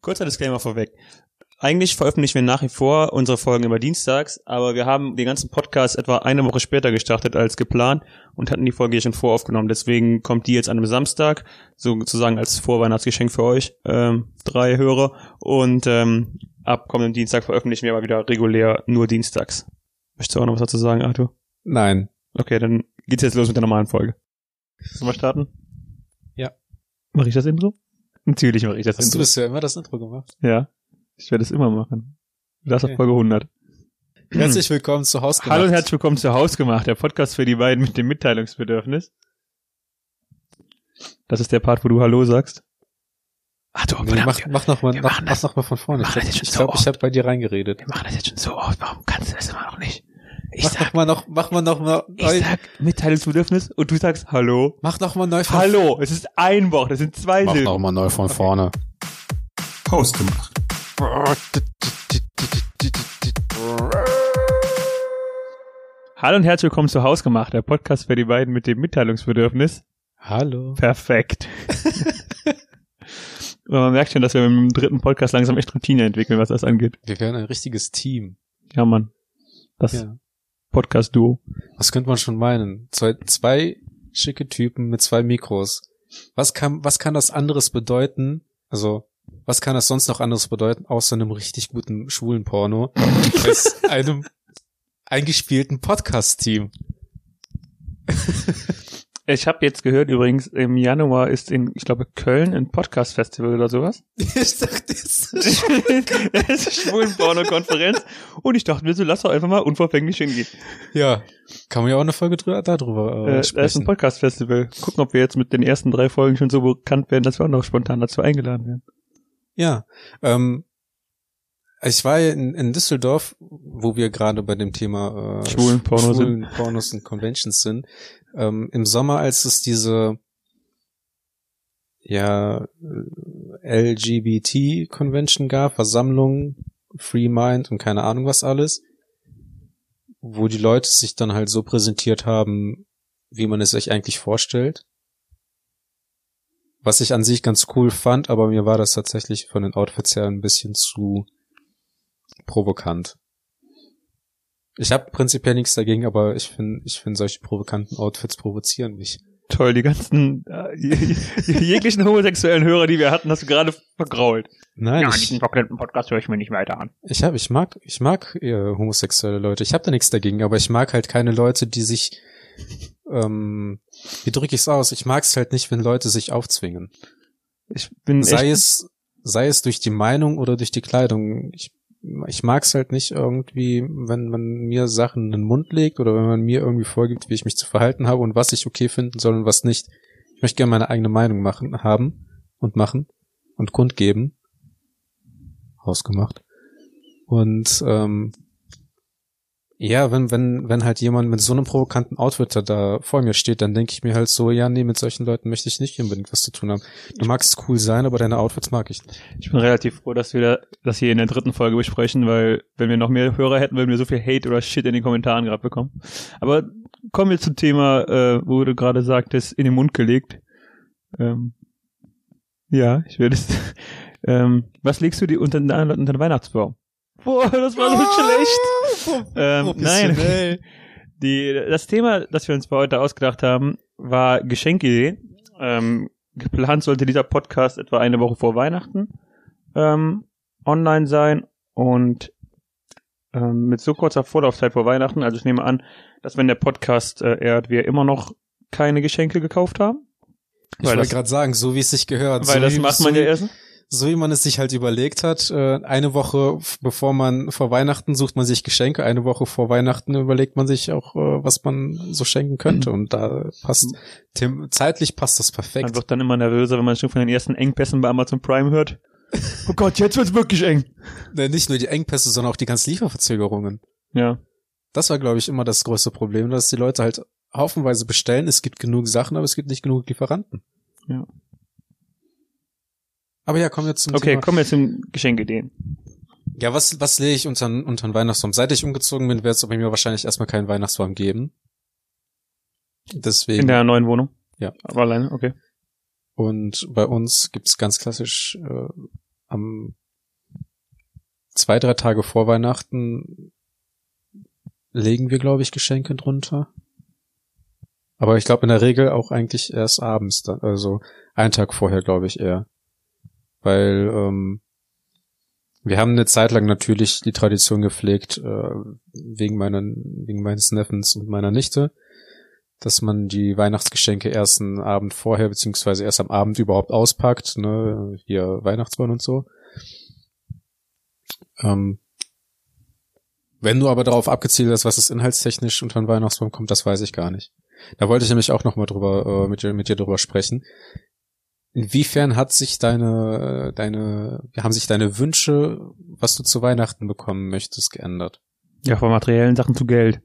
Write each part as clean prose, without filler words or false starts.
Kurzer Disclaimer vorweg. Eigentlich veröffentlichen wir nach wie vor unsere Folgen immer dienstags, aber wir haben den ganzen Podcast etwa eine Woche später gestartet als geplant und hatten die Folge hier schon voraufgenommen. Deswegen kommt die jetzt an einem Samstag, sozusagen als Vorweihnachtsgeschenk für euch, 3 Hörer. Und ab kommenden Dienstag veröffentlichen wir aber wieder regulär nur dienstags. Möchtest du auch noch was dazu sagen, Arthur? Nein. Okay, dann geht's jetzt los mit der normalen Folge. Sollen wir starten? Ja. Mache ich das Intro? Natürlich mache ich das Hast Intro. du bisher immer das Intro gemacht? Ja, ich werde es immer machen. Das auf Folge 100. Herzlich willkommen zu Hausgemacht. Hallo und herzlich willkommen zu Hausgemacht, der Podcast für die beiden mit dem Mitteilungsbedürfnis. Das ist der Part, wo du Hallo sagst. Ach du, nee, mach noch mal von vorne. Ich glaube, ich habe bei dir reingeredet. Wir machen das jetzt schon so oft. Warum kannst du das immer noch nicht? Mach mal noch mal. Ich sag Mitteilungsbedürfnis und du sagst Hallo. Mach noch mal neu von Hallo, es ist ein Wort, das sind 2 Silben. Mach noch mal neu von vorne. Hausgemacht. Hallo und herzlich willkommen zu Hausgemacht, der Podcast für die beiden mit dem Mitteilungsbedürfnis. Hallo. Perfekt. Man merkt schon, dass wir mit dem 3. Podcast langsam echt Routine entwickeln, was das angeht. Wir werden ein richtiges Team. Ja, Mann. Das Podcast-Duo. Was könnte man schon meinen? Zwei schicke Typen mit 2 Mikros. Was kann das anderes bedeuten? Also, was kann das sonst noch anderes bedeuten, außer einem richtig guten schwulen Porno, als einem eingespielten Podcast-Team? Ich habe jetzt gehört, übrigens, im Januar ist ich glaube, Köln ein Podcast-Festival oder sowas. Ich dachte, es ist eine Schwulen-Porno-Konferenz und ich dachte mir so, lass doch einfach mal unverfänglich hingehen. Ja, kann man ja auch eine Folge darüber sprechen. Da ist ein Podcast-Festival. Gucken, ob wir jetzt mit den ersten 3 Folgen schon so bekannt werden, dass wir auch noch spontan dazu eingeladen werden. Ja, ich war in Düsseldorf, wo wir gerade bei dem Thema Schwulen Pornos und Conventions sind. Im Sommer, als es diese LGBT-Convention gab, Versammlung, Free Mind und keine Ahnung was alles, wo die Leute sich dann halt so präsentiert haben, wie man es sich eigentlich vorstellt. Was ich an sich ganz cool fand, aber mir war das tatsächlich von den Outfits her ein bisschen zu provokant. Ich habe prinzipiell nichts dagegen, aber ich finde solche provokanten Outfits provozieren mich. Toll, die ganzen jeglichen homosexuellen Hörer, die wir hatten, hast du gerade vergrault. Nein, diesen verklemmten Podcast höre ich mir nicht weiter an. Ich mag homosexuelle Leute. Ich habe da nichts dagegen, aber ich mag halt keine Leute, die sich wie drücke ich es aus? Ich mag es halt nicht, wenn Leute sich aufzwingen. Sei es durch die Meinung oder durch die Kleidung. Ich mag es halt nicht irgendwie, wenn man mir Sachen in den Mund legt oder wenn man mir irgendwie vorgibt, wie ich mich zu verhalten habe und was ich okay finden soll und was nicht. Ich möchte gerne meine eigene Meinung machen und kundgeben. Hausgemacht. Und wenn halt jemand mit so einem provokanten Outfit da vor mir steht, dann denke ich mir halt so, ja, nee, mit solchen Leuten möchte ich nicht unbedingt was zu tun haben. Du magst cool sein, aber deine Outfits mag ich nicht. Ich bin relativ froh, dass wir das hier in der 3. Folge besprechen, weil wenn wir noch mehr Hörer hätten, würden wir so viel Hate oder Shit in den Kommentaren gerade bekommen. Aber kommen wir zum Thema, wo du gerade sagtest, in den Mund gelegt. Ja, ich werde es. Was legst du dir unter den Weihnachtsbaum? Boah, das war so schlecht. Nein. Das Thema, das wir uns für heute ausgedacht haben, war Geschenkidee. Geplant sollte dieser Podcast etwa eine Woche vor Weihnachten online sein und mit so kurzer Vorlaufzeit vor Weihnachten, also ich nehme an, dass wenn der Podcast airt, wir immer noch keine Geschenke gekauft haben. Ich wollte gerade sagen, so wie es sich gehört. Weil das macht man ja erst. So wie man es sich halt überlegt hat, eine Woche bevor man vor Weihnachten sucht man sich Geschenke, eine Woche vor Weihnachten überlegt man sich auch, was man so schenken könnte und da zeitlich passt das perfekt. Man wird dann immer nervöser, wenn man schon von den ersten Engpässen bei Amazon Prime hört. Oh Gott, jetzt wird's wirklich eng. Nicht nur die Engpässe, sondern auch die ganzen Lieferverzögerungen. Ja. Das war, glaube ich, immer das größte Problem, dass die Leute halt haufenweise bestellen, es gibt genug Sachen, aber es gibt nicht genug Lieferanten. Ja. Aber ja, kommen wir zum Thema. Okay, kommen wir zum Geschenkideen. Ja, was lege ich unter den Weihnachtsbaum? Seit ich umgezogen bin, wird es bei mir wahrscheinlich erstmal keinen Weihnachtsbaum geben. Deswegen. In der neuen Wohnung? Ja. Aber alleine, okay. Und bei uns gibt's ganz klassisch am 2-3 Tage vor Weihnachten legen wir, glaube ich, Geschenke drunter. Aber ich glaube in der Regel auch eigentlich erst abends, dann, also einen Tag vorher, glaube ich, eher. Weil wir haben eine Zeit lang natürlich die Tradition gepflegt, wegen meines Neffens und meiner Nichte, dass man die Weihnachtsgeschenke erst einen Abend vorher, beziehungsweise erst am Abend überhaupt auspackt, ne, hier Weihnachtsbaum und so. Wenn du aber darauf abgezielt hast, was es inhaltstechnisch unter den Weihnachtsbaum kommt, das weiß ich gar nicht. Da wollte ich nämlich auch nochmal drüber, mit dir drüber sprechen. Inwiefern haben sich deine Wünsche, was du zu Weihnachten bekommen möchtest, geändert? Ja, von materiellen Sachen zu Geld.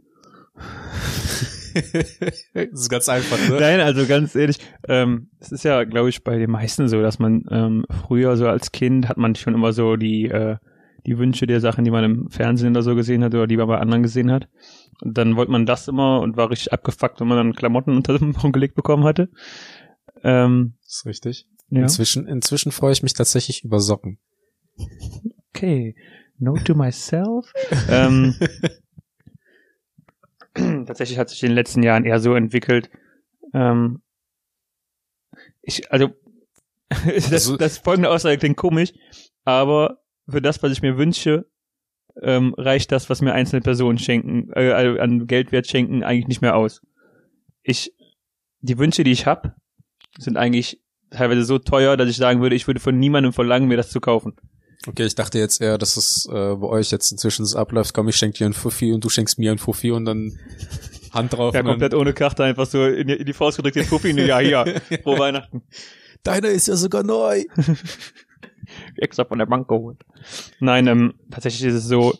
Das ist ganz einfach, ne? Nein, also ganz ehrlich, es ist ja, glaube ich, bei den meisten so, dass man früher so als Kind hat man schon immer so die Wünsche der Sachen, die man im Fernsehen oder so gesehen hat oder die man bei anderen gesehen hat. Und dann wollte man das immer und war richtig abgefuckt, wenn man dann Klamotten unter dem Baum gelegt bekommen hatte. Das ist richtig. Ja. Inzwischen freue ich mich tatsächlich über Socken. Okay, note to myself. Tatsächlich hat sich in den letzten Jahren eher so entwickelt. Das folgende Aussage klingt komisch, aber für das, was ich mir wünsche, reicht das, was mir einzelne Personen schenken, an Geldwert schenken, eigentlich nicht mehr aus. Die Wünsche, die ich habe, sind eigentlich teilweise so teuer, dass ich sagen würde, ich würde von niemandem verlangen, mir das zu kaufen. Okay, ich dachte jetzt eher, dass es bei euch jetzt inzwischen so abläuft, komm, ich schenk dir einen Fuffi und du schenkst mir einen Fuffi und dann Hand drauf. Ja, komplett ohne Karte, einfach so in die Faust gedrückt, den Fuffi, ja, hier, frohe Weihnachten. Deiner ist ja sogar neu. Extra von der Bank geholt. Nein, tatsächlich ist es so,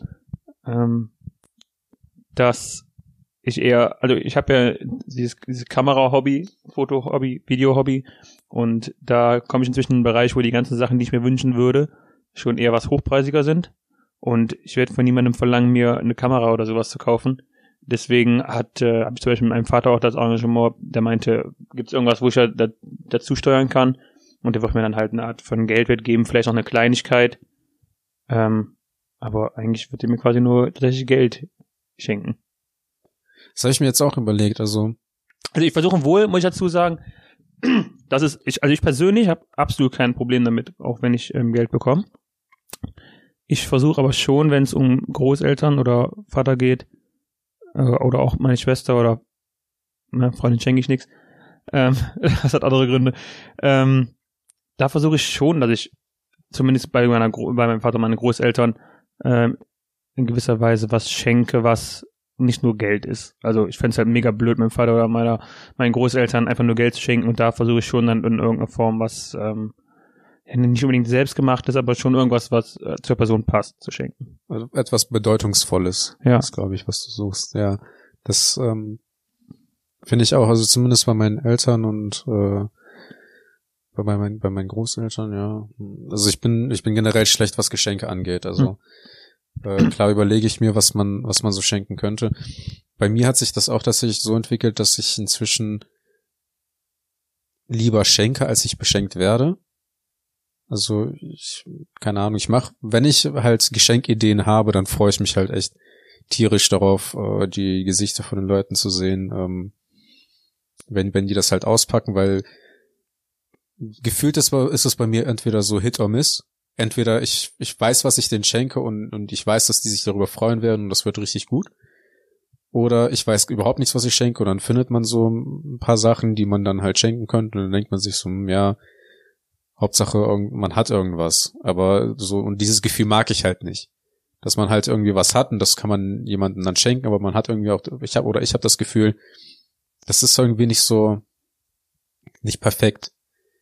dass ich habe ja dieses Kamera-Hobby, Foto-Hobby, Video-Hobby und da komme ich inzwischen in einen Bereich, wo die ganzen Sachen, die ich mir wünschen würde, schon eher was hochpreisiger sind und ich werde von niemandem verlangen, mir eine Kamera oder sowas zu kaufen. Deswegen habe ich zum Beispiel mit meinem Vater auch das Engagement, der meinte, gibt es irgendwas, wo ich dazu steuern kann und der wird mir dann halt eine Art von Geldwert geben, vielleicht auch eine Kleinigkeit, aber eigentlich wird er mir quasi nur tatsächlich Geld schenken. Das habe ich mir jetzt auch überlegt, also ich versuche wohl, muss ich dazu sagen, ich persönlich habe absolut kein Problem damit, auch wenn ich Geld bekomme. Ich versuche aber schon, wenn es um Großeltern oder Vater geht, oder auch meine Schwester oder meine Freundin schenke ich nichts. Das hat andere Gründe. Da versuche ich schon, dass ich zumindest bei meinem Vater und meinen Großeltern in gewisser Weise was schenke, was nicht nur Geld ist. Also ich fände es halt mega blöd, meinem Vater oder meinen Großeltern einfach nur Geld zu schenken und da versuche ich schon dann in irgendeiner Form was nicht unbedingt selbst gemacht ist, aber schon irgendwas, was zur Person passt, zu schenken. Also etwas Bedeutungsvolles. Ja. Das glaube ich, was du suchst. Ja, das finde ich auch. Also zumindest bei meinen Eltern und bei meinen Großeltern, ja. Also ich bin generell schlecht, was Geschenke angeht. Also klar überlege ich mir, was man so schenken könnte. Bei mir hat sich das auch tatsächlich so entwickelt, dass ich inzwischen lieber schenke, als ich beschenkt werde. Also keine Ahnung, wenn ich halt Geschenkideen habe, dann freue ich mich halt echt tierisch darauf, die Gesichter von den Leuten zu sehen, wenn die das halt auspacken, weil gefühlt ist es bei mir entweder so Hit or Miss. Entweder ich weiß, was ich denen schenke und ich weiß, dass die sich darüber freuen werden und das wird richtig gut. Oder ich weiß überhaupt nichts, was ich schenke und dann findet man so ein paar Sachen, die man dann halt schenken könnte und dann denkt man sich so, ja, Hauptsache man hat irgendwas. Aber so, und dieses Gefühl mag ich halt nicht. Dass man halt irgendwie was hat und das kann man jemandem dann schenken, aber man hat irgendwie auch, ich habe das Gefühl, das ist irgendwie nicht so, nicht perfekt.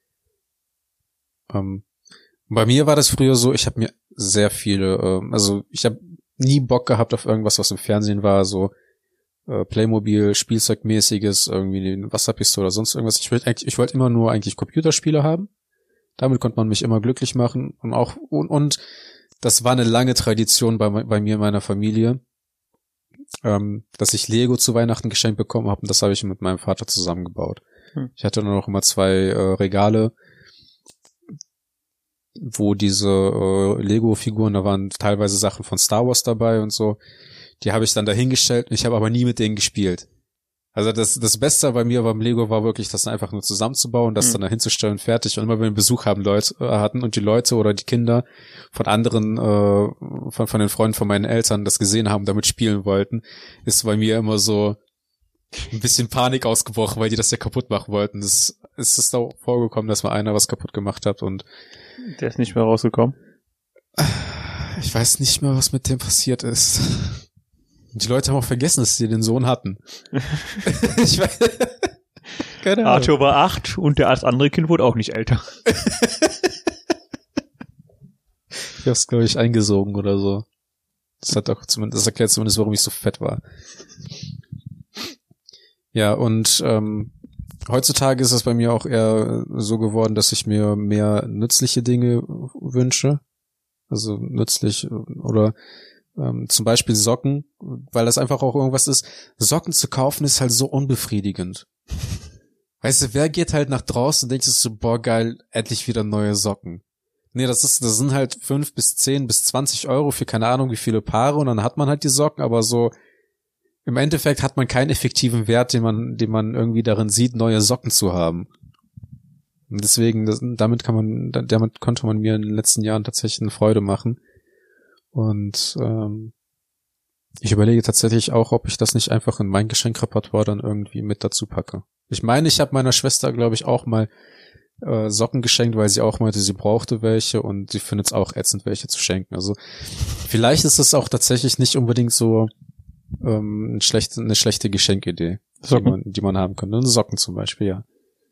Bei mir war das früher so, ich habe mir sehr viele, ich habe nie Bock gehabt auf irgendwas, was im Fernsehen war, so Playmobil, Spielzeugmäßiges, irgendwie eine Wasserpistole oder sonst irgendwas. Ich wollte immer nur eigentlich Computerspiele haben. Damit konnte man mich immer glücklich machen und das war eine lange Tradition bei mir in meiner Familie, dass ich Lego zu Weihnachten geschenkt bekommen habe und das habe ich mit meinem Vater zusammengebaut. Ich hatte dann auch immer 2 Regale wo diese Lego-Figuren, da waren teilweise Sachen von Star Wars dabei und so, die habe ich dann dahingestellt, ich habe aber nie mit denen gespielt. Also das Beste bei mir beim Lego war wirklich, das einfach nur zusammenzubauen, das dann dahinzustellen, fertig. Und immer wenn wir Besuch hatten und die Leute oder die Kinder von anderen, von den Freunden von meinen Eltern das gesehen haben, damit spielen wollten, ist bei mir immer so ein bisschen Panik ausgebrochen, weil die das ja kaputt machen wollten. Es ist auch vorgekommen, dass mal einer was kaputt gemacht hat und der ist nicht mehr rausgekommen. Ich weiß nicht mehr, was mit dem passiert ist. Die Leute haben auch vergessen, dass sie den Sohn hatten. Ich weiß, keine Ahnung. Arthur war 8 und das andere Kind wurde auch nicht älter. Ich hab's, glaube ich, eingesogen oder so. Das erklärt zumindest, warum ich so fett war. Ja, und heutzutage ist es bei mir auch eher so geworden, dass ich mir mehr nützliche Dinge wünsche. Also nützlich oder zum Beispiel Socken, weil das einfach auch irgendwas ist. Socken zu kaufen ist halt so unbefriedigend. Weißt du, wer geht halt nach draußen und denkt sich so, boah geil, endlich wieder neue Socken. Nee, das sind halt 5 bis 10 bis 20 Euro für keine Ahnung wie viele Paare und dann hat man halt die Socken, aber so im Endeffekt hat man keinen effektiven Wert, den man irgendwie darin sieht, neue Socken zu haben. Und deswegen, damit konnte man mir in den letzten Jahren tatsächlich eine Freude machen. Und ich überlege tatsächlich auch, ob ich das nicht einfach in mein Geschenkrepertoire dann irgendwie mit dazu packe. Ich meine, ich habe meiner Schwester, glaube ich, auch mal Socken geschenkt, weil sie auch meinte, sie brauchte welche und sie findet es auch ätzend, welche zu schenken. Also vielleicht ist es auch tatsächlich nicht unbedingt so eine schlechte Geschenkidee, die man haben könnte. Socken zum Beispiel, ja.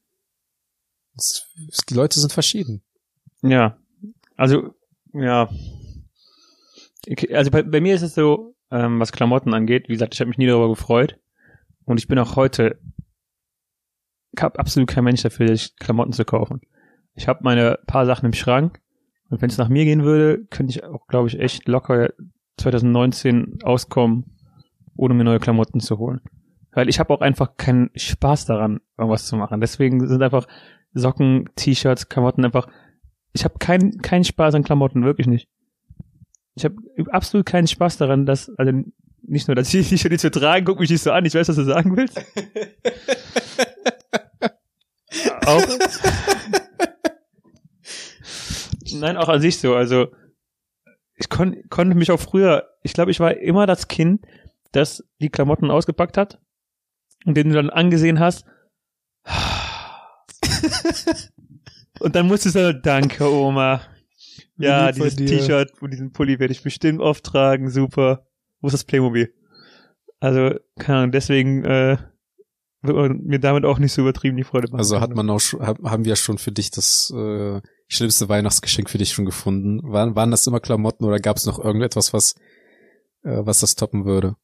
Die Leute sind verschieden. Ja, also, ja. Also bei mir ist es so, was Klamotten angeht, wie gesagt, ich habe mich nie darüber gefreut und ich bin auch heute absolut kein Mensch dafür, sich Klamotten zu kaufen. Ich habe meine paar Sachen im Schrank und wenn es nach mir gehen würde, könnte ich auch, glaube ich, echt locker 2019 auskommen, ohne mir neue Klamotten zu holen. Weil ich habe auch einfach keinen Spaß daran, irgendwas zu machen. Deswegen sind einfach Socken, T-Shirts, Klamotten einfach, ich habe keinen Spaß an Klamotten, wirklich nicht. Ich habe absolut keinen Spaß daran, also nicht nur, dass ich die T-Shirts tragen, guck mich nicht so an, ich weiß, was du sagen willst. Auch. Nein, auch an sich so, also ich konnte mich auch früher, ich glaube, ich war immer das Kind, das die Klamotten ausgepackt hat und den du dann angesehen hast. Und dann musstest du sagen, danke Oma. Ja, dieses T-Shirt und diesen Pulli werde ich bestimmt oft tragen, super. Wo ist das Playmobil? Also, keine Ahnung, deswegen wird man mir damit auch nicht so übertrieben die Freude machen. Also haben wir schon für dich das schlimmste Weihnachtsgeschenk für dich schon gefunden? Waren das immer Klamotten oder gab es noch irgendetwas, was das toppen würde?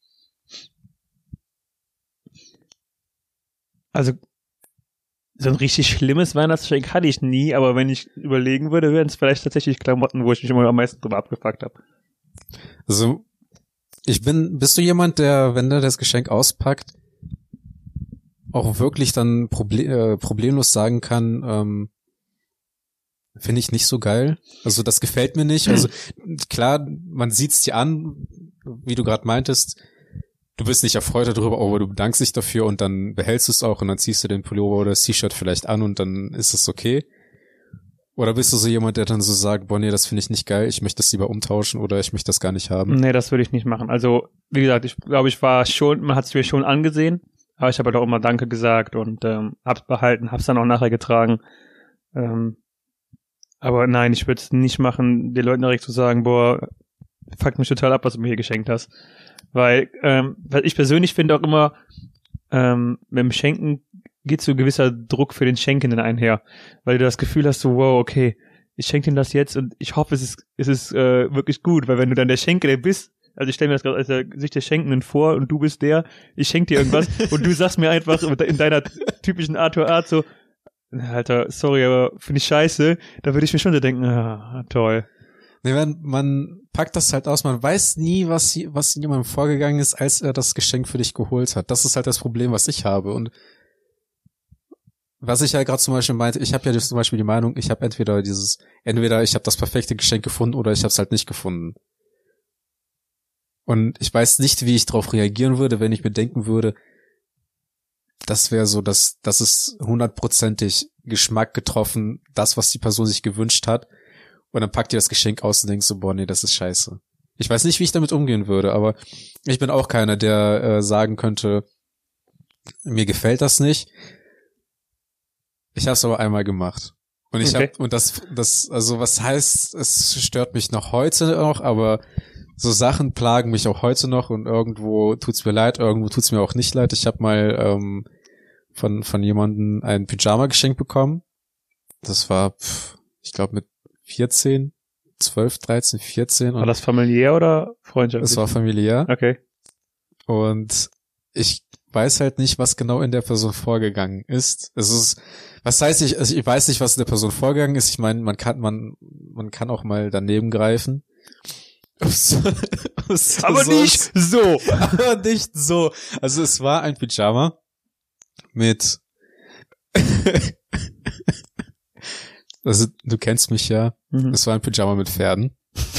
Also so ein richtig schlimmes Weihnachtsgeschenk hatte ich nie, aber wenn ich überlegen würde, wären es vielleicht tatsächlich Klamotten, wo ich mich immer am meisten drüber abgefuckt habe. Also, bist du jemand, der, wenn der das Geschenk auspackt, auch wirklich dann problemlos sagen kann, finde ich nicht so geil. Also das gefällt mir nicht. Also klar, man sieht's dir an, wie du gerade meintest, du bist nicht erfreut darüber, aber du bedankst dich dafür und dann behältst du es auch und dann ziehst du den Pullover oder das T-Shirt vielleicht an und dann ist es okay. Oder bist du so jemand, der dann so sagt, boah, nee, das finde ich nicht geil, ich möchte das lieber umtauschen oder ich möchte das gar nicht haben? Nee, das würde ich nicht machen. Also, wie gesagt, ich glaube, man hat es mir schon angesehen, aber ich habe halt auch immer Danke gesagt und hab's behalten, hab's dann auch nachher getragen. Aber nein, ich würde es nicht machen, den Leuten direkt zu sagen, boah, fuck mich total ab, was du mir hier geschenkt hast. Weil ich persönlich finde auch immer, mit dem Schenken geht so ein gewisser Druck für den Schenkenden einher. Weil du das Gefühl hast, so wow, okay, ich schenke ihm das jetzt und ich hoffe, es ist wirklich gut. Weil wenn du dann der Schenkende bist, also ich stelle mir das gerade als der Sicht des Schenkenden vor und du bist ich schenke dir irgendwas und du sagst mir einfach in deiner typischen Art so, Alter, sorry, aber finde ich scheiße, da würde ich mir schon so denken, toll. Nee, man packt das halt aus, man weiß nie, was in jemandem vorgegangen ist, als er das Geschenk für dich geholt hat. Das ist halt das Problem, was ich habe. Und was ich ja gerade zum Beispiel meinte, ich habe ja zum Beispiel die Meinung, ich habe entweder ich habe das perfekte Geschenk gefunden oder ich habe es halt nicht gefunden. Und ich weiß nicht, wie ich darauf reagieren würde, wenn ich mir denken würde, das wäre so, das ist 100%ig Geschmack getroffen, das, was die Person sich gewünscht hat. Und dann packt ihr das Geschenk aus und denkst so, boah, nee, das ist scheiße. Ich weiß nicht, wie ich damit umgehen würde, aber ich bin auch keiner, der sagen könnte, mir gefällt das nicht. Ich habe es aber einmal gemacht. Und ich habe, und das, also was heißt, es stört mich noch heute noch, aber so Sachen plagen mich auch heute noch und irgendwo tut's mir leid, irgendwo tut's mir auch nicht leid. Ich habe mal von jemandem ein Pyjama geschenkt bekommen. Das war, ich glaube mit 14, 12, 13, 14. War das familiär oder freundschaftlich? Es war familiär. Okay. Und ich weiß halt nicht, was genau in der Person vorgegangen ist. Es ist, was heißt ich weiß nicht, was in der Person vorgegangen ist. Ich meine, man kann auch mal daneben greifen. Aber nicht so. Aber nicht so. Also es war ein Pyjama mit also du kennst mich ja. Es war ein Pyjama mit Pferden.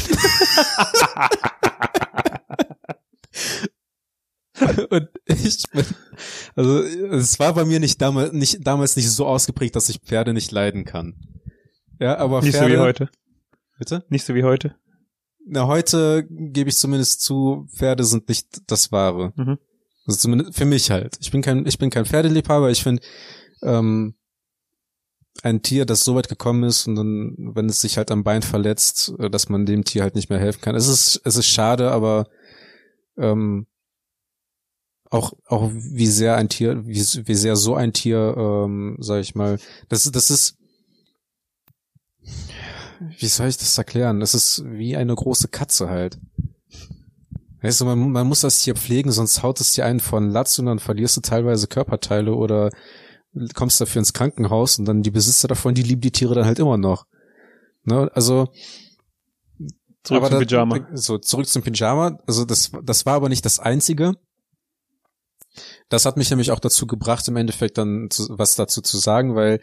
Und also es war bei mir damals nicht so ausgeprägt, dass ich Pferde nicht leiden kann. Ja, aber nicht Pferde, so wie heute. Bitte? Nicht so wie heute. Na, heute gebe ich zumindest zu, Pferde sind nicht das Wahre. Also zumindest für mich halt. Ich bin kein Pferdeliebhaber. Ich finde, ein Tier, das so weit gekommen ist und dann, wenn es sich halt am Bein verletzt, dass man dem Tier halt nicht mehr helfen kann. Es ist schade, aber auch wie sehr ein Tier, wie sehr so ein Tier, sag ich mal, das ist, wie soll ich das erklären? Das ist wie eine große Katze halt. Weißt du, man muss das Tier pflegen, sonst haut es dir einen von Latz und dann verlierst du teilweise Körperteile oder kommst dafür ins Krankenhaus und dann die Besitzer davon, die lieben die Tiere dann halt immer noch. Ne? Also zurück zum Pyjama. Zurück zum Pyjama. Also das war aber nicht das Einzige. Das hat mich nämlich auch dazu gebracht, im Endeffekt dann was dazu zu sagen, weil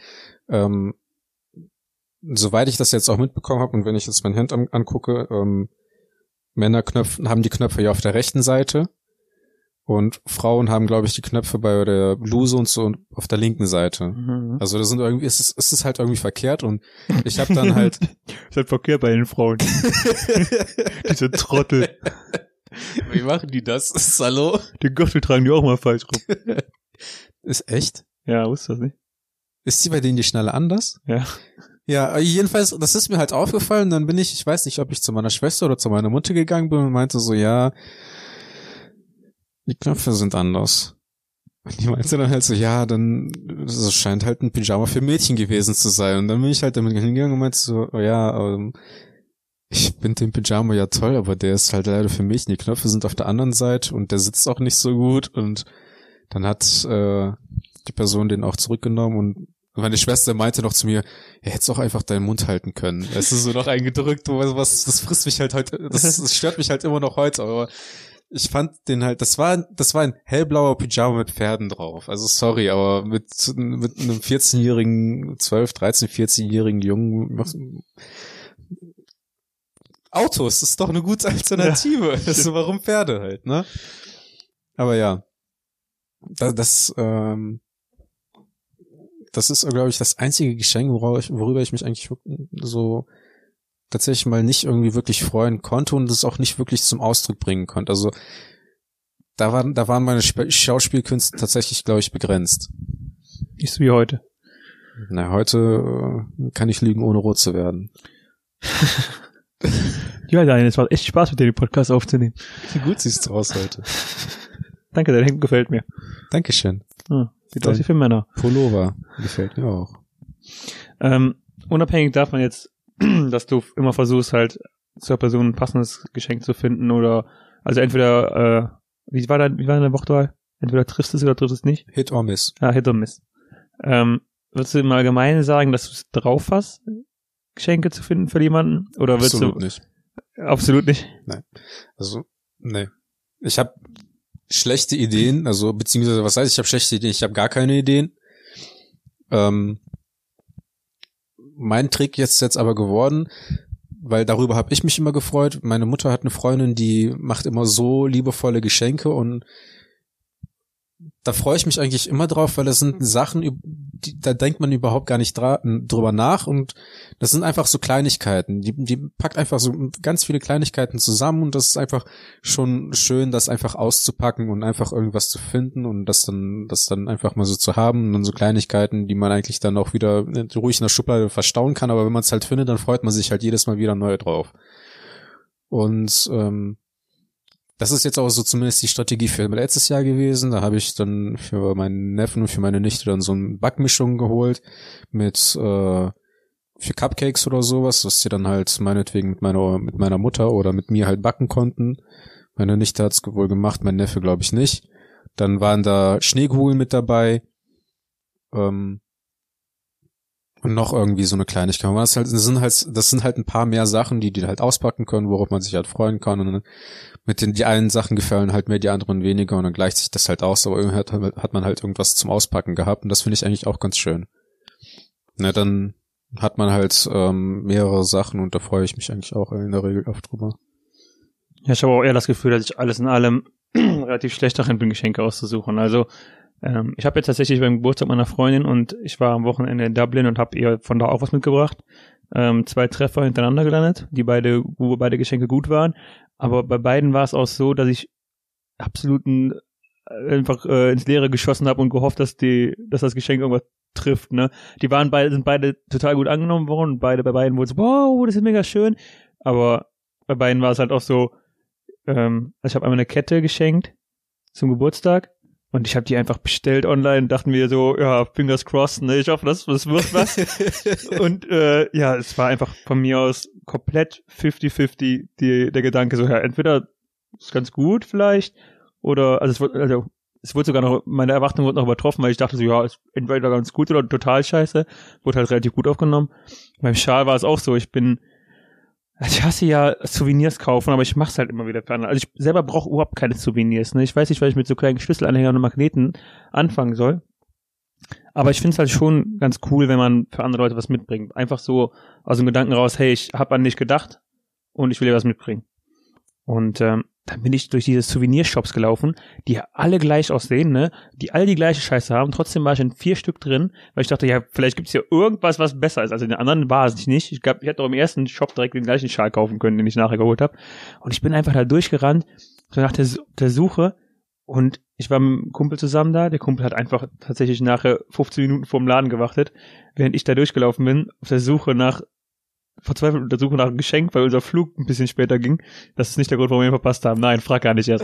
soweit ich das jetzt auch mitbekommen habe und wenn ich jetzt mein Hand angucke, Männer haben die Knöpfe ja auf der rechten Seite und Frauen haben, glaube ich, die Knöpfe bei der Bluse und so auf der linken Seite. Also das sind irgendwie, es ist halt irgendwie verkehrt und ich habe dann halt ist halt verkehrt bei den Frauen. Diese Trottel. Wie machen die das? Hallo? Den Gürtel tragen die auch mal falsch rum. Ist echt? Ja, wusste das nicht. Ist die bei denen die Schnalle anders? Ja. Ja, jedenfalls, das ist mir halt aufgefallen, dann bin ich weiß nicht, ob ich zu meiner Schwester oder zu meiner Mutter gegangen bin und meinte so, ja, die Knöpfe sind anders. Und die meinte dann halt so, ja, dann, das scheint halt ein Pyjama für Mädchen gewesen zu sein. Und dann bin ich halt damit hingegangen und meinte so, oh ja, ich finde den Pyjama ja toll, aber der ist halt leider für Mädchen. Die Knöpfe sind auf der anderen Seite und der sitzt auch nicht so gut. Und dann hat die Person den auch zurückgenommen und meine Schwester meinte noch zu mir, er hätte auch einfach deinen Mund halten können. Es ist so noch eingedrückt, das frisst mich halt heute, das stört mich halt immer noch heute, aber ich fand den halt, das war ein hellblauer Pyjama mit Pferden drauf. Also sorry, aber mit einem 14-jährigen, 12, 13, 14-jährigen Jungen Autos, das ist doch eine gute Alternative. Ja. Also warum Pferde halt, ne? Aber ja. Das ist, glaube ich, das einzige Geschenk, worüber ich mich eigentlich so tatsächlich mal nicht irgendwie wirklich freuen konnte und das auch nicht wirklich zum Ausdruck bringen konnte. Also da waren meine Schauspielkünste tatsächlich, glaube ich, begrenzt. Nicht so wie heute. Na, heute kann ich lügen, ohne rot zu werden. Ja, Daniel, es war echt Spaß, mit dir den Podcast aufzunehmen. Wie gut siehst du aus heute. Danke, dein Hemd gefällt mir. Dankeschön. Sieht aus wie für Männer. Pullover gefällt mir auch. Unabhängig davon jetzt, dass du immer versuchst halt zur Person ein passendes Geschenk zu finden oder also entweder wie war deine Wortwahl? Entweder triffst es oder triffst es nicht? Hit or miss. Ja, Hit or miss. Würdest du im Allgemeinen sagen, dass du es drauf hast, Geschenke zu finden für jemanden? Oder Absolut nicht. Absolut nicht? Nein. Also, nee. Ich habe schlechte Ideen, also beziehungsweise was heißt, ich habe schlechte Ideen, ich habe gar keine Ideen. Mein Trick jetzt aber geworden, weil darüber habe ich mich immer gefreut. Meine Mutter hat eine Freundin, die macht immer so liebevolle Geschenke und da freue ich mich eigentlich immer drauf, weil das sind Sachen, da denkt man überhaupt gar nicht drüber nach und das sind einfach so Kleinigkeiten. Die packt einfach so ganz viele Kleinigkeiten zusammen und das ist einfach schon schön, das einfach auszupacken und einfach irgendwas zu finden und das dann einfach mal so zu haben und dann so Kleinigkeiten, die man eigentlich dann auch wieder ruhig in der Schublade verstauen kann, aber wenn man es halt findet, dann freut man sich halt jedes Mal wieder neu drauf. Und das ist jetzt auch so zumindest die Strategie für letztes Jahr gewesen. Da habe ich dann für meinen Neffen und für meine Nichte dann so eine Backmischung geholt mit für Cupcakes oder sowas, was sie dann halt meinetwegen mit meiner Mutter oder mit mir halt backen konnten. Meine Nichte hat's wohl gemacht, mein Neffe glaube ich nicht. Dann waren da Schneekugeln mit dabei. Und noch irgendwie so eine Kleinigkeit. Das sind halt ein paar mehr Sachen, die halt auspacken können, worauf man sich halt freuen kann. Und die einen Sachen gefallen halt mehr, die anderen weniger und dann gleicht sich das halt aus, aber irgendwie hat man halt irgendwas zum Auspacken gehabt und das finde ich eigentlich auch ganz schön. Na, dann hat man halt mehrere Sachen und da freue ich mich eigentlich auch in der Regel oft drüber. Ja, ich habe auch eher das Gefühl, dass ich alles in allem relativ schlecht darin bin, Geschenke auszusuchen. Also ich habe jetzt tatsächlich beim Geburtstag meiner Freundin und ich war am Wochenende in Dublin und habe ihr von da auch was mitgebracht. 2 Treffer hintereinander gelandet, wo beide Geschenke gut waren. Aber bei beiden war es auch so, dass ich absolut einfach ins Leere geschossen habe und gehofft, dass das Geschenk irgendwas trifft. Ne, sind beide total gut angenommen worden. Und bei beiden wurde es so, wow, das ist mega schön. Aber bei beiden war es halt auch so, ich habe einmal eine Kette geschenkt zum Geburtstag. Und ich habe die einfach bestellt online, dachten wir so, ja, fingers crossed, ne, ich hoffe, das wird was. Und ja, es war einfach von mir aus komplett 50-50 der Gedanke so, ja, entweder ist ganz gut vielleicht, oder, es wurde sogar noch, meine Erwartung wurde noch übertroffen, weil ich dachte so, ja, ist entweder ganz gut oder total scheiße, wurde halt relativ gut aufgenommen. Beim Schal war es auch so, ich hasse ja Souvenirs kaufen, aber ich mach's halt immer wieder für andere. Also ich selber brauche überhaupt keine Souvenirs, ne? Ich weiß nicht, weil ich mit so kleinen Schlüsselanhängern und Magneten anfangen soll. Aber ich find's halt schon ganz cool, wenn man für andere Leute was mitbringt. Einfach so aus dem Gedanken raus, hey, ich hab an dich gedacht und ich will dir was mitbringen. Und dann bin ich durch diese Souvenirshops gelaufen, die alle gleich aussehen, ne? Die all die gleiche Scheiße haben. Trotzdem war ich in 4 Stück drin, weil ich dachte, ja, vielleicht gibt's hier irgendwas, was besser ist. Also in den anderen war es nicht. Ich hätte doch im ersten Shop direkt den gleichen Schal kaufen können, den ich nachher geholt habe. Und ich bin einfach da durchgerannt, so nach der Suche. Und ich war mit einem Kumpel zusammen da. Der Kumpel hat einfach tatsächlich nachher 15 Minuten vorm Laden gewartet, während ich da durchgelaufen bin, verzweifelt unter Suche nach einem Geschenk, weil unser Flug ein bisschen später ging. Das ist nicht der Grund, warum wir ihn verpasst haben. Nein, frag gar nicht erst.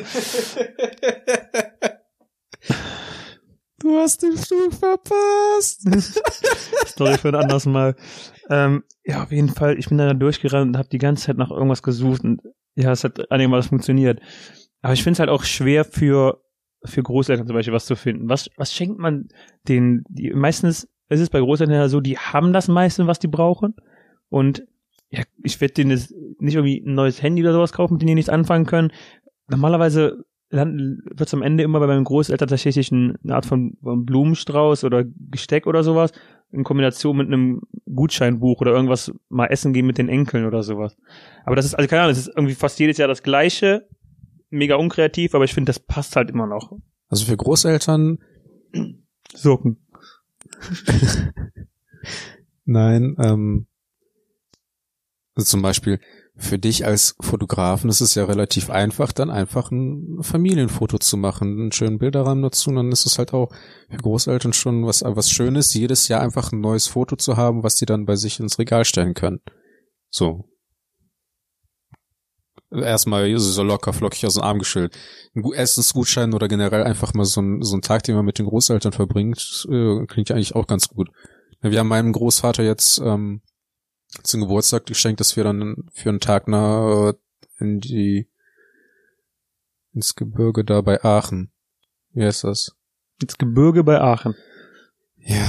Du hast den Flug verpasst. Story für ein anderes Mal. Ja, auf jeden Fall. Ich bin da durchgerannt und habe die ganze Zeit nach irgendwas gesucht und ja, es hat einigermaßen funktioniert. Aber ich finde es halt auch schwer für Großeltern zum Beispiel was zu finden. Was schenkt man denen? Meistens ist es bei Großeltern ja so, die haben das meiste, was die brauchen. Und ja, ich werde denen jetzt nicht irgendwie ein neues Handy oder sowas kaufen, mit denen die nichts anfangen können. Normalerweise wird es am Ende immer bei meinen Großeltern tatsächlich eine Art von Blumenstrauß oder Gesteck oder sowas in Kombination mit einem Gutscheinbuch oder irgendwas mal essen gehen mit den Enkeln oder sowas. Aber das ist, also keine Ahnung, das ist irgendwie fast jedes Jahr das Gleiche, mega unkreativ, aber ich finde, das passt halt immer noch. Also für Großeltern Socken. Nein, also zum Beispiel für dich als Fotografen ist es ja relativ einfach, dann einfach ein Familienfoto zu machen, einen schönen Bilderrahmen dazu, und dann ist es halt auch für Großeltern schon was Schönes, jedes Jahr einfach ein neues Foto zu haben, was die dann bei sich ins Regal stellen können. So. Erstmal so locker flockig aus dem Arm geschüttelt. Ein Essensgutschein oder generell einfach mal so ein Tag, den man mit den Großeltern verbringt, klingt ja eigentlich auch ganz gut. Wir haben meinem Großvater jetzt zum Geburtstag geschenkt, dass wir dann für einen Tag ins Gebirge da bei Aachen. Wie heißt das? Ins Gebirge bei Aachen. Ja.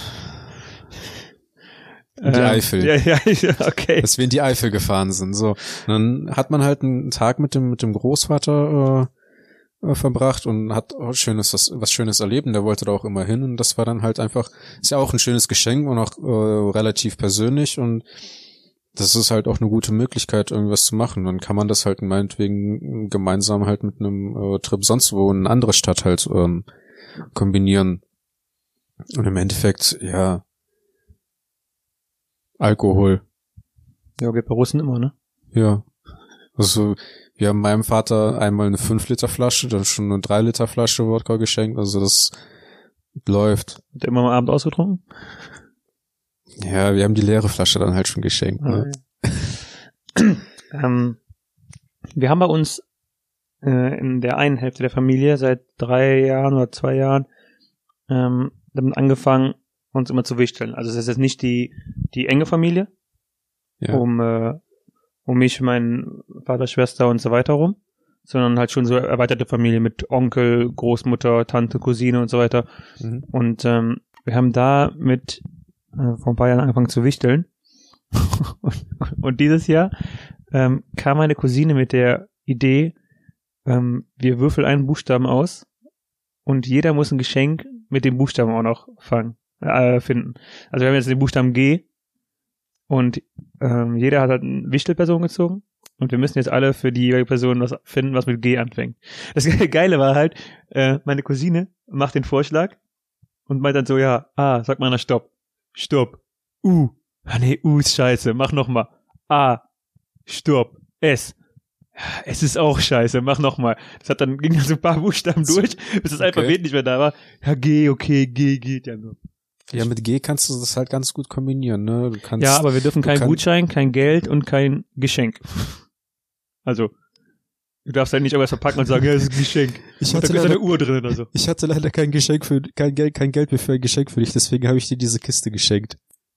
In die Eifel. Ja, okay. Dass wir in die Eifel gefahren sind. So. Und dann hat man halt einen Tag mit dem Großvater verbracht und hat was Schönes erlebt und der wollte da auch immer hin und das war dann halt einfach, ist ja auch ein schönes Geschenk und auch relativ persönlich und das ist halt auch eine gute Möglichkeit, irgendwas zu machen. Dann kann man das halt meinetwegen gemeinsam halt mit einem Trip sonst wo in eine andere Stadt halt kombinieren. Und im Endeffekt, ja, Alkohol. Ja, geht bei Russen immer, ne? Ja. Also, wir haben meinem Vater einmal eine 5-Liter Flasche, dann schon eine 3-Liter Flasche Wodka geschenkt, also das läuft. Hat er immer am Abend ausgetrunken? Ja, wir haben die leere Flasche dann halt schon geschenkt. Ne? Wir haben bei uns in der einen Hälfte der Familie seit 3 Jahren oder 2 Jahren damit angefangen, uns immer zu wichteln. Also es ist jetzt nicht die enge Familie, ja. um mich, meinen Vater, Schwester und so weiter rum, sondern halt schon so erweiterte Familie mit Onkel, Großmutter, Tante, Cousine und so weiter. Mhm. Und wir haben da vor ein paar Jahren angefangen zu wichteln. Und dieses Jahr kam meine Cousine mit der Idee, wir würfeln einen Buchstaben aus und jeder muss ein Geschenk mit dem Buchstaben auch noch finden. Also wir haben jetzt den Buchstaben G und jeder hat halt eine Wichtelperson gezogen und wir müssen jetzt alle für die jeweilige Person was finden, was mit G anfängt. Das Geile war halt, meine Cousine macht den Vorschlag und meint dann so, ja, sag mal Stopp. Stopp. U. Nee, U ist scheiße. Mach nochmal. A. Stopp. S. Es ist auch scheiße. Mach nochmal. Ging dann so ein paar Buchstaben durch, bis das Alphabet nicht mehr da war. Ja, G, okay, G geht ja nur. Ja, mit G kannst du das halt ganz gut kombinieren, ne? Ja, aber wir dürfen keinen Gutschein, kein Geld und kein Geschenk. Also, du darfst halt nicht irgendwas verpacken und sagen, ja, das ist ein Geschenk. Da ist eine Uhr drin oder so. Ich hatte leider kein Geld mehr für ein Geschenk für dich, deswegen habe ich dir diese Kiste geschenkt.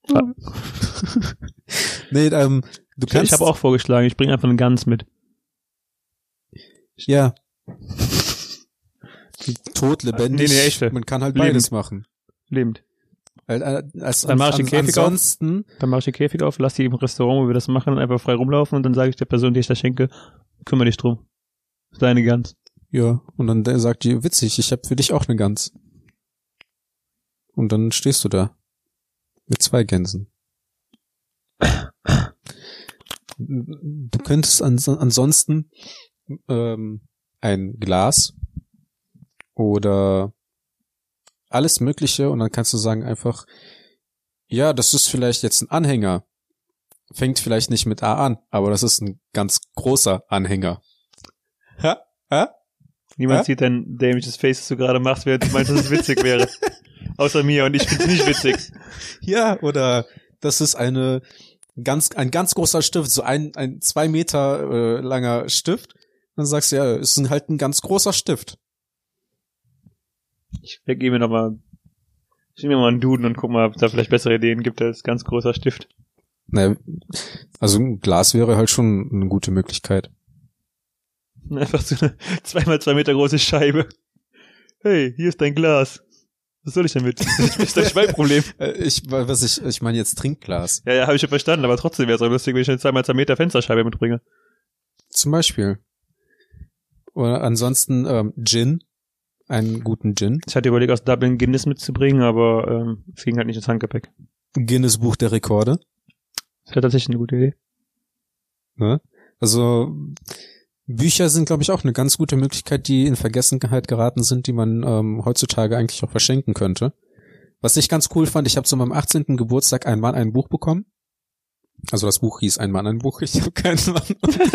Nee, du kannst. Ich habe auch vorgeschlagen, ich bringe einfach eine Gans mit. Ja. Tot, lebendig. Nee, echte. Man kann halt beides machen. Lebend. Dann mache ich den Käfig auf. Dann mache ich den Käfig auf, lass die im Restaurant, wo wir das machen, einfach frei rumlaufen und dann sage ich der Person, die ich das schenke, kümmere dich drum. Das ist deine Gans. Ja, und dann sagt die, witzig, ich habe für dich auch eine Gans. Und dann stehst du da. Mit 2 Gänsen. Du könntest ansonsten ein Glas oder alles Mögliche und dann kannst du sagen einfach, ja, das ist vielleicht jetzt ein Anhänger. Fängt vielleicht nicht mit A an, aber das ist ein ganz großer Anhänger. Niemand sieht dein dämliches Face, das du gerade machst, während du meinst, dass es witzig wäre. Außer mir und ich find's nicht witzig. Ja, oder das ist ein ganz großer Stift, so ein 2 Meter langer Stift. Dann sagst du, ja, ist halt ein ganz großer Stift. Ich nehme mir mal einen Duden und guck mal, ob es da vielleicht bessere Ideen gibt als ganz großer Stift. Naja, also ein Glas wäre halt schon eine gute Möglichkeit. Einfach so eine 2x2 Meter große Scheibe. Hey, hier ist dein Glas. Was soll ich damit? Das ist das Schweißproblem. Ich meine jetzt Trinkglas. Ja, habe ich schon verstanden, aber trotzdem wäre es auch lustig, wenn ich eine 2x2 Meter Fensterscheibe mitbringe. Zum Beispiel. Oder ansonsten Gin. Einen guten Gin. Ich hatte überlegt, aus Dublin Guinness mitzubringen, aber es ging halt nicht ins Handgepäck. Guinness Buch der Rekorde. Das wäre tatsächlich eine gute Idee. Ne? Also Bücher sind, glaube ich, auch eine ganz gute Möglichkeit, die in Vergessenheit geraten sind, die man heutzutage eigentlich auch verschenken könnte. Was ich ganz cool fand, ich habe zu meinem 18. Geburtstag ein Mann ein Buch bekommen. Also das Buch hieß Ein Mann ein Buch. Ich habe keinen Mann.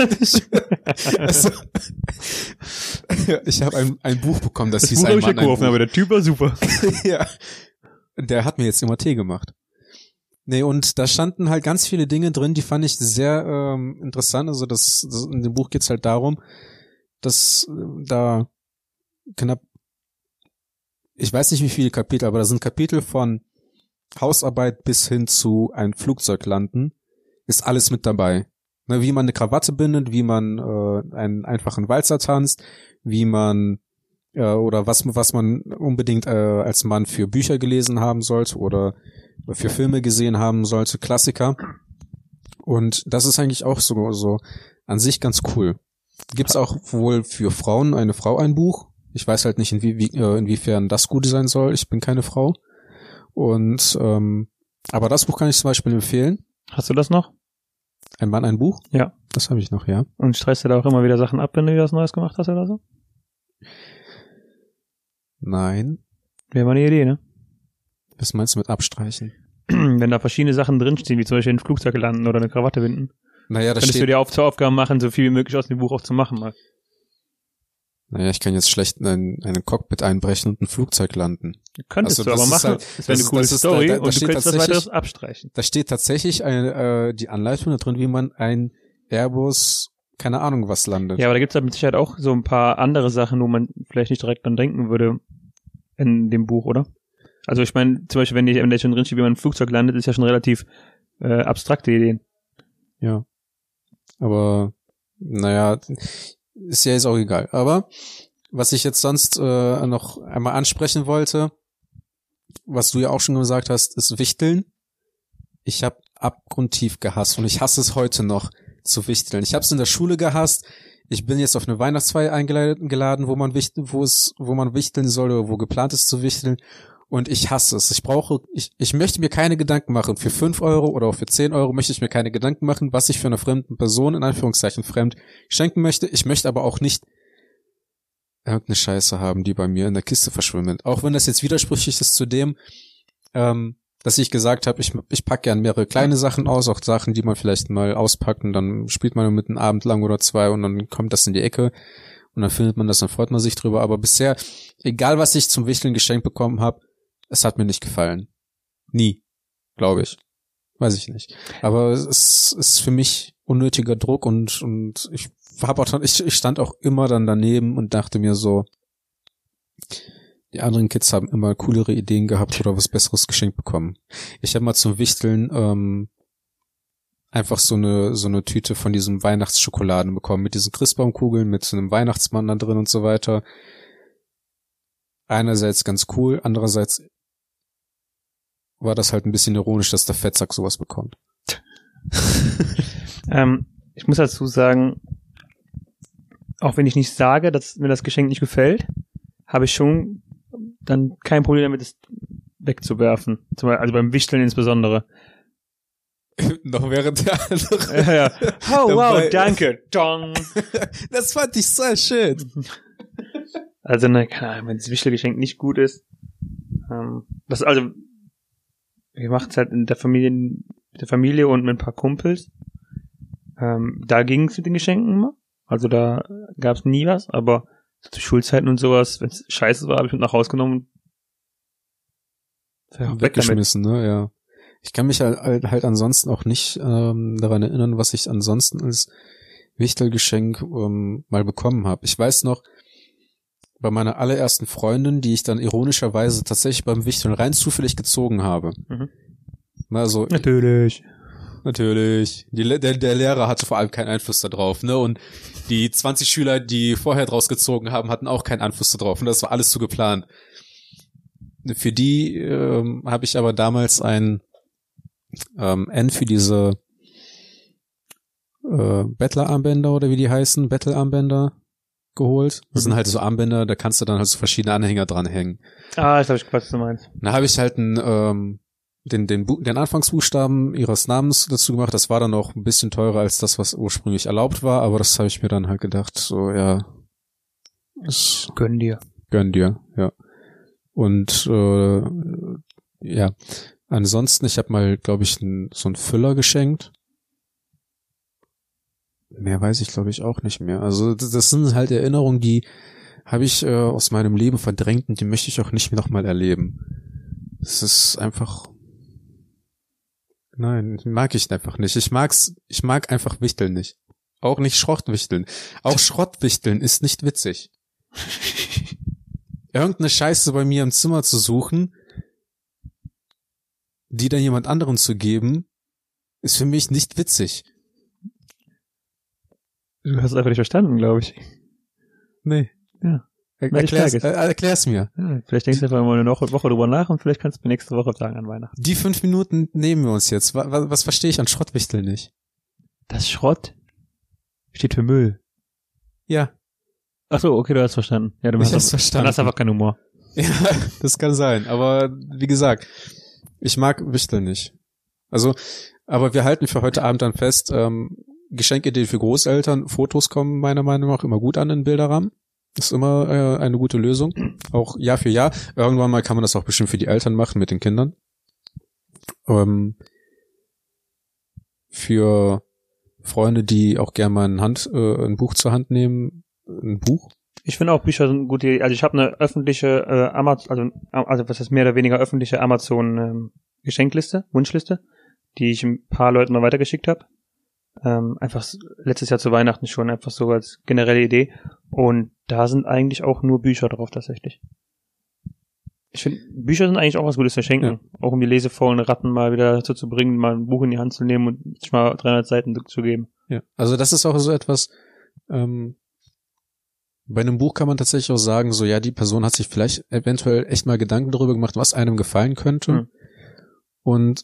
Ich habe ein Buch bekommen, das hieß Ein Mann ein Buch. Aber der Typ war super. Ja. Der hat mir jetzt immer Tee gemacht. Nee, und da standen halt ganz viele Dinge drin, die fand ich sehr interessant. Also in dem Buch geht's halt darum, dass da knapp, ich weiß nicht wie viele Kapitel, aber da sind Kapitel von Hausarbeit bis hin zu ein Flugzeug landen, ist alles mit dabei. Ne, wie man eine Krawatte bindet, wie man einen einfachen Walzer tanzt, wie man oder was man unbedingt als Mann für Bücher gelesen haben sollte oder für Filme gesehen haben sollte, Klassiker. Und das ist eigentlich auch so an sich ganz cool. Gibt's auch wohl für Frauen eine Frau ein Buch. Ich weiß halt nicht, inwiefern das gut sein soll. Ich bin keine Frau. Und aber das Buch kann ich zum Beispiel empfehlen. Hast du das noch? Ein Mann, ein Buch? Ja. Das habe ich noch, ja. Und streichst du da auch immer wieder Sachen ab, wenn du was Neues gemacht hast oder so? Nein. Wäre mal eine Idee, ne? Was meinst du mit abstreichen? Wenn da verschiedene Sachen drinstehen, wie zum Beispiel ein Flugzeug landen oder eine Krawatte binden. Naja, das könntest du dir zur Aufgabe machen, so viel wie möglich aus dem Buch auch zu machen mal. Naja, ich kann jetzt schlecht in einen Cockpit einbrechen und ein Flugzeug landen. Könntest du aber machen. Halt, das wäre eine coole Story und du könntest das weiteres abstreichen. Da steht tatsächlich die Anleitung da drin, wie man ein Airbus, keine Ahnung was landet. Ja, aber da gibt's da mit Sicherheit auch so ein paar andere Sachen, wo man vielleicht nicht direkt dran denken würde in dem Buch, oder? Also ich meine, zum Beispiel, wenn da schon drin steht, wie man ein Flugzeug landet, ist ja schon relativ abstrakte Ideen. Ja. Aber, naja, ist ja jetzt auch egal. Aber, was ich jetzt sonst noch einmal ansprechen wollte, was du ja auch schon gesagt hast, ist Wichteln. Ich habe abgrundtief gehasst und ich hasse es heute noch zu wichteln. Ich habe es in der Schule gehasst. Ich bin jetzt auf eine Weihnachtsfeier eingeladen, wo man wichteln soll oder wo geplant ist zu wichteln. Und ich hasse es. Ich möchte mir keine Gedanken machen. Für 5 Euro oder auch für 10 Euro möchte ich mir keine Gedanken machen, was ich für eine fremden Person, in Anführungszeichen fremd, schenken möchte. Ich möchte aber auch nicht irgendeine Scheiße haben, die bei mir in der Kiste verschwimmt. Auch wenn das jetzt widersprüchlich ist zu dem, dass ich gesagt habe, ich packe gern mehrere kleine Sachen aus, auch Sachen, die man vielleicht mal auspackt und dann spielt man mit einem Abend lang oder 2 und dann kommt das in die Ecke und dann findet man das, dann freut man sich drüber. Aber bisher, egal was ich zum Wichteln geschenkt bekommen habe, es hat mir nicht gefallen. Nie, glaube ich. Weiß ich nicht. Aber es ist für mich unnötiger Druck und ich stand auch immer dann daneben und dachte mir so, die anderen Kids haben immer coolere Ideen gehabt oder was Besseres geschenkt bekommen. Ich habe mal zum Wichteln einfach so eine Tüte von diesem Weihnachtsschokoladen bekommen, mit diesen Christbaumkugeln, mit so einem Weihnachtsmann da drin und so weiter. Einerseits ganz cool, andererseits war das halt ein bisschen ironisch, dass der Fettsack sowas bekommt. Ich muss dazu sagen, auch wenn ich nicht sage, dass mir das Geschenk nicht gefällt, habe ich schon dann kein Problem damit, es wegzuwerfen. Also beim Wichteln insbesondere. Noch während der andere. Ja. Oh, wow, danke. Dong. Das fand ich so schön. Also, keine Ahnung, wenn das Wichtelgeschenk nicht gut ist. Wir machen es halt mit der Familie und mit ein paar Kumpels. Da ging es mit den Geschenken immer. Also da gab es nie was, aber zu Schulzeiten und sowas, wenn es scheiße war, habe ich mit nach Hause genommen. Weggeschmissen, ne, ja. Ich kann mich halt ansonsten auch nicht daran erinnern, was ich ansonsten als Wichtelgeschenk mal bekommen habe. Ich weiß noch, bei meiner allerersten Freundin, die ich dann ironischerweise tatsächlich beim Wichteln rein zufällig gezogen habe. Mhm. Also, Natürlich. Der Lehrer hatte vor allem keinen Einfluss darauf, ne? Und die 20 Schüler, die vorher draus gezogen haben, hatten auch keinen Einfluss darauf. Und das war alles so geplant. Für die habe ich aber damals ein N für diese Bettlerarmbänder oder wie die heißen, Bettelarmbänder geholt. Das sind halt so Armbänder, da kannst du dann halt so verschiedene Anhänger dranhängen. Ah, das habe ich Quatsch, was du meinst. Da habe ich halt den Anfangsbuchstaben ihres Namens dazu gemacht. Das war dann auch ein bisschen teurer als das, was ursprünglich erlaubt war, aber das habe ich mir dann halt gedacht, so, ja. Gönn dir, ja. Und ja. Ansonsten, ich habe mal, glaube ich, so einen Füller geschenkt. Mehr weiß ich, glaube ich, auch nicht mehr. Also das sind halt Erinnerungen, die habe ich aus meinem Leben verdrängt und die möchte ich auch nicht mehr nochmal erleben. Es ist einfach... Nein, mag ich einfach nicht. Ich mag einfach Wichteln nicht. Auch nicht Schrottwichteln. Auch Schrottwichteln ist nicht witzig. Irgendeine Scheiße bei mir im Zimmer zu suchen, die dann jemand anderem zu geben, ist für mich nicht witzig. Du hast es einfach nicht verstanden, glaube ich. Nee. Ja. Erklär's mir. Ja, vielleicht denkst du einfach mal eine Woche drüber nach und vielleicht kannst du mir nächste Woche sagen an Weihnachten. Die 5 Minuten nehmen wir uns jetzt. Was verstehe ich an Schrottwichteln nicht? Das Schrott steht für Müll. Ja. Ach so, okay, du hast verstanden. Ja, du hast verstanden. Dann hast einfach keinen Humor. Ja, das kann sein. Aber wie gesagt, ich mag Wichteln nicht. Also, aber wir halten für heute Abend dann fest, Geschenkidee für Großeltern, Fotos kommen meiner Meinung nach immer gut an in Bilderrahmen. Ist immer eine gute Lösung. Auch Jahr für Jahr. Irgendwann mal kann man das auch bestimmt für die Eltern machen mit den Kindern. Für Freunde, die auch gerne mal ein Buch zur Hand nehmen, ein Buch. Ich finde auch Bücher sind gut. Also ich habe eine öffentliche Amazon, also was ist mehr oder weniger öffentliche Amazon Geschenkliste, Wunschliste, die ich ein paar Leuten mal weitergeschickt habe. Einfach letztes Jahr zu Weihnachten schon, einfach so als generelle Idee. Und da sind eigentlich auch nur Bücher drauf tatsächlich. Ich finde, Bücher sind eigentlich auch was Gutes zu schenken. Ja. Auch um die lesefaulen Ratten mal wieder dazu zu bringen, mal ein Buch in die Hand zu nehmen und sich mal 300 Seiten zu geben. Ja, also das ist auch so etwas, bei einem Buch kann man tatsächlich auch sagen, so ja, die Person hat sich vielleicht eventuell echt mal Gedanken darüber gemacht, was einem gefallen könnte. Und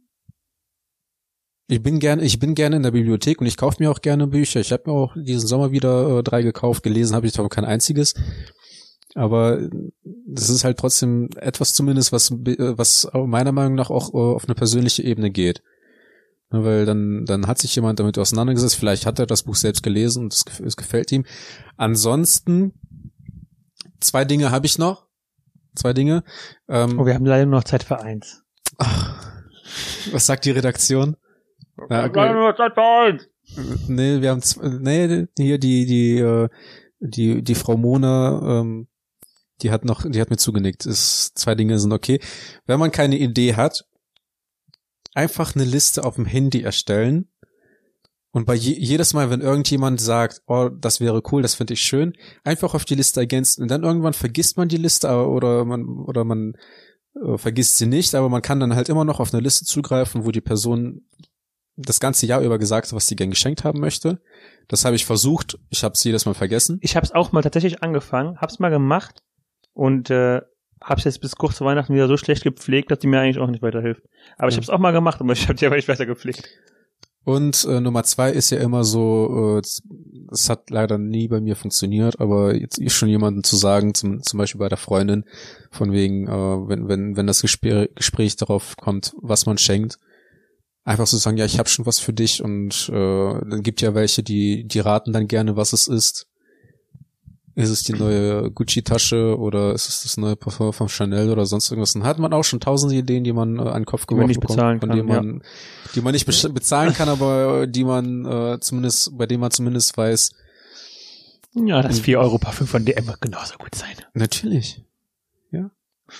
ich bin gerne in der Bibliothek und ich kaufe mir auch gerne Bücher. Ich habe mir auch diesen Sommer wieder 3 gekauft, gelesen habe ich aber kein einziges. Aber das ist halt trotzdem etwas zumindest, was meiner Meinung nach auch auf eine persönliche Ebene geht. Weil dann hat sich jemand damit auseinandergesetzt, vielleicht hat er das Buch selbst gelesen und es gefällt ihm. Ansonsten 2 Dinge habe ich noch. 2 Dinge. Wir haben leider nur noch Zeit für 1. Was sagt die Redaktion? Ja, okay. Leider nur noch Zeit für 1. Nee, wir haben hier die Frau Mona, die hat mir zugenickt. 2 Dinge sind okay. Wenn man keine Idee hat, einfach eine Liste auf dem Handy erstellen und bei jedes Mal, wenn irgendjemand sagt, oh, das wäre cool, das finde ich schön, einfach auf die Liste ergänzen und dann irgendwann vergisst man die Liste oder man vergisst sie nicht, aber man kann dann halt immer noch auf eine Liste zugreifen, wo die Person das ganze Jahr über gesagt hat, was sie gern geschenkt haben möchte. Das habe ich versucht, ich habe es jedes Mal vergessen. Ich habe es auch mal tatsächlich angefangen, habe es mal gemacht und habe es jetzt bis kurz vor Weihnachten wieder so schlecht gepflegt, dass die mir eigentlich auch nicht weiterhilft. Aber ich habe es auch mal gemacht, aber ich habe die aber nicht weiter gepflegt. Und Nummer 2 ist ja immer so, es hat leider nie bei mir funktioniert, aber jetzt ist schon jemandem zu sagen, zum Beispiel bei der Freundin, von wegen, wenn das Gespräch darauf kommt, was man schenkt, einfach so sagen, ja, ich habe schon was für dich und dann gibt ja welche, die raten dann gerne, was es ist. Ist es die neue Gucci-Tasche oder ist es das neue Parfum von Chanel oder sonst irgendwas? Dann hat man auch schon 1000 Ideen, die man an den Kopf geworfen bekommt, die man nicht bezahlen kann, aber die man bei denen man zumindest weiß. Ja, das 4 Euro Parfüm von DM wird genauso gut sein. Natürlich. Ja.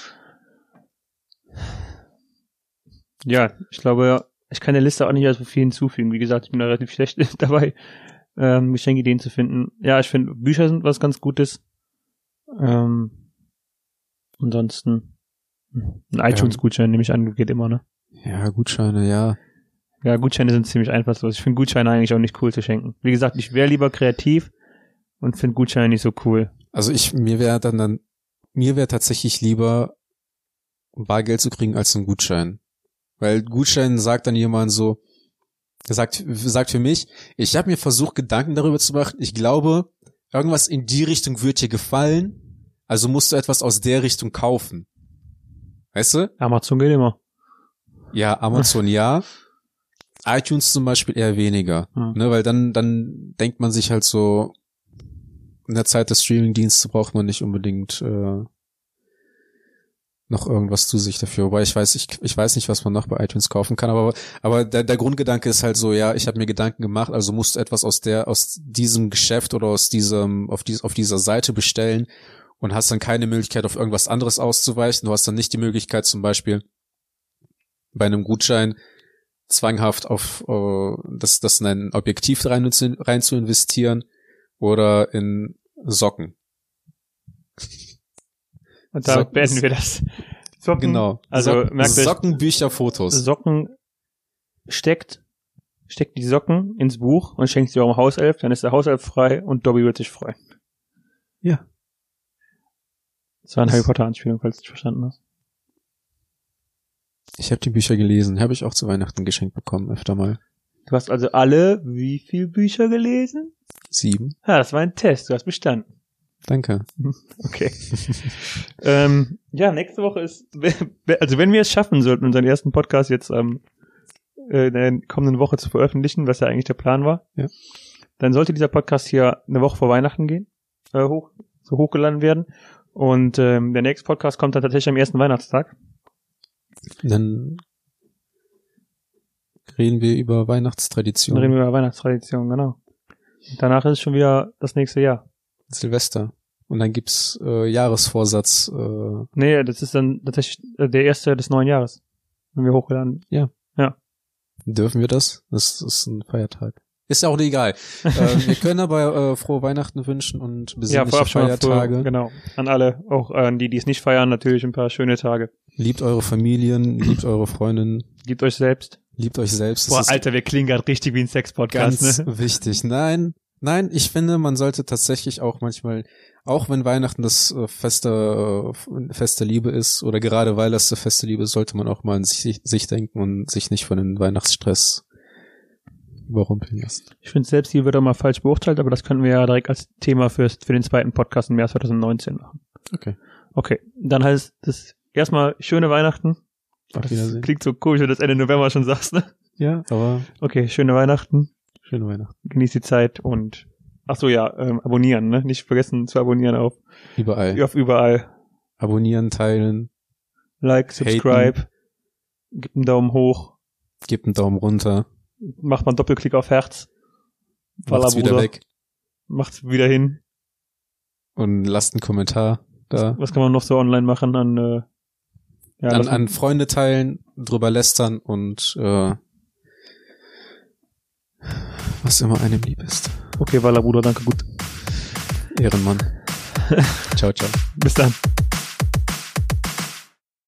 Ja, ich glaube, ich kann der Liste auch nicht so viel hinzufügen. Wie gesagt, ich bin da relativ schlecht dabei, Geschenkideen zu finden. Ja, ich finde, Bücher sind was ganz Gutes. Ansonsten ein iTunes-Gutschein nehme ich an, geht immer, ne? Ja, Gutscheine, ja. Ja, Gutscheine sind ziemlich einfallslos. Ich finde Gutscheine eigentlich auch nicht cool zu schenken. Wie gesagt, ich wäre lieber kreativ und finde Gutscheine nicht so cool. Also mir wäre tatsächlich lieber Bargeld zu kriegen als einen Gutschein. Weil Gutschein sagt dann jemand so, sagt für mich, ich habe mir versucht, Gedanken darüber zu machen, ich glaube, irgendwas in die Richtung wird dir gefallen, also musst du etwas aus der Richtung kaufen. Weißt du? Amazon geht immer. Ja, Amazon ja. iTunes zum Beispiel eher weniger. Ne, weil dann denkt man sich halt so, in der Zeit des Streaming-Dienstes braucht man nicht unbedingt noch irgendwas zu sich dafür. Wobei ich weiß nicht, was man noch bei iTunes kaufen kann, aber der Grundgedanke ist halt so, ja, ich habe mir Gedanken gemacht, also musst du etwas aus diesem Geschäft oder auf dieser Seite bestellen und hast dann keine Möglichkeit, auf irgendwas anderes auszuweichen. Du hast dann nicht die Möglichkeit, zum Beispiel bei einem Gutschein zwanghaft auf das in ein Objektiv rein zu investieren oder in Socken. Und da beenden wir das. Socken, genau. Also merkt euch, Socken, Bücher, Fotos. Socken steckt die Socken ins Buch und schenkt sie eurem Hauself, dann ist der Hauself frei und Dobby wird sich freuen. Ja. Das war eine Harry Potter Anspielung, falls du nicht verstanden hast. Ich habe die Bücher gelesen, habe ich auch zu Weihnachten geschenkt bekommen, öfter mal. Du hast also alle wie viel Bücher gelesen? 7. Ja, das war ein Test. Du hast bestanden. Danke. Okay. Ja, nächste Woche ist, also wenn wir es schaffen sollten, unseren ersten Podcast jetzt in der kommenden Woche zu veröffentlichen, was ja eigentlich der Plan war, ja, dann sollte dieser Podcast hier eine Woche vor Weihnachten gehen, hochgeladen werden. Und der nächste Podcast kommt dann tatsächlich am ersten Weihnachtstag. Dann reden wir über Weihnachtstraditionen. Dann reden wir über Weihnachtstraditionen, genau. Und danach ist es schon wieder das nächste Jahr. Silvester. Und dann gibt's Jahresvorsatz. Nee, das ist dann tatsächlich der erste des neuen Jahres, wenn wir hochgeladen. Ja. Ja. Dürfen wir das? Das ist ein Feiertag. Ist ja auch egal. Wir können aber frohe Weihnachten wünschen und besinnliche Feiertage. Genau. An alle, auch an die es nicht feiern, natürlich ein paar schöne Tage. Liebt eure Familien, liebt eure Freundinnen. Liebt euch selbst. Liebt euch selbst. Boah, Alter, wir klingen gerade richtig wie ein Sex-Podcast. Ganz wichtig. Nein, ich finde, man sollte tatsächlich auch manchmal, auch wenn Weihnachten das feste Liebe ist, oder gerade weil das feste Liebe ist, sollte man auch mal an sich denken und sich nicht von dem Weihnachtsstress überrumpeln lassen. Ich finde, Selbstliebe wird auch mal falsch beurteilt, aber das können wir ja direkt als Thema für den zweiten Podcast im Jahr 2019 machen. Okay, dann heißt das erstmal schöne Weihnachten. Auf Wiedersehen. Klingt so komisch, wenn du das Ende November schon sagst, ne? Ja, aber... Okay, schöne Weihnachten. Schöne Weihnachten. Genießt die Zeit und abonnieren, ne? Nicht vergessen zu abonnieren auf überall. Abonnieren, teilen. Like, subscribe. Gib einen Daumen hoch. Gib einen Daumen runter. Macht mal einen Doppelklick auf Herz. Macht's wieder weg. Macht's wieder hin. Und lasst einen Kommentar da. Was kann man noch so online machen an Freunde teilen, drüber lästern und was immer einem lieb ist. Okay, Walla Bruder, danke, gut. Ehrenmann. Ciao, ciao. Bis dann.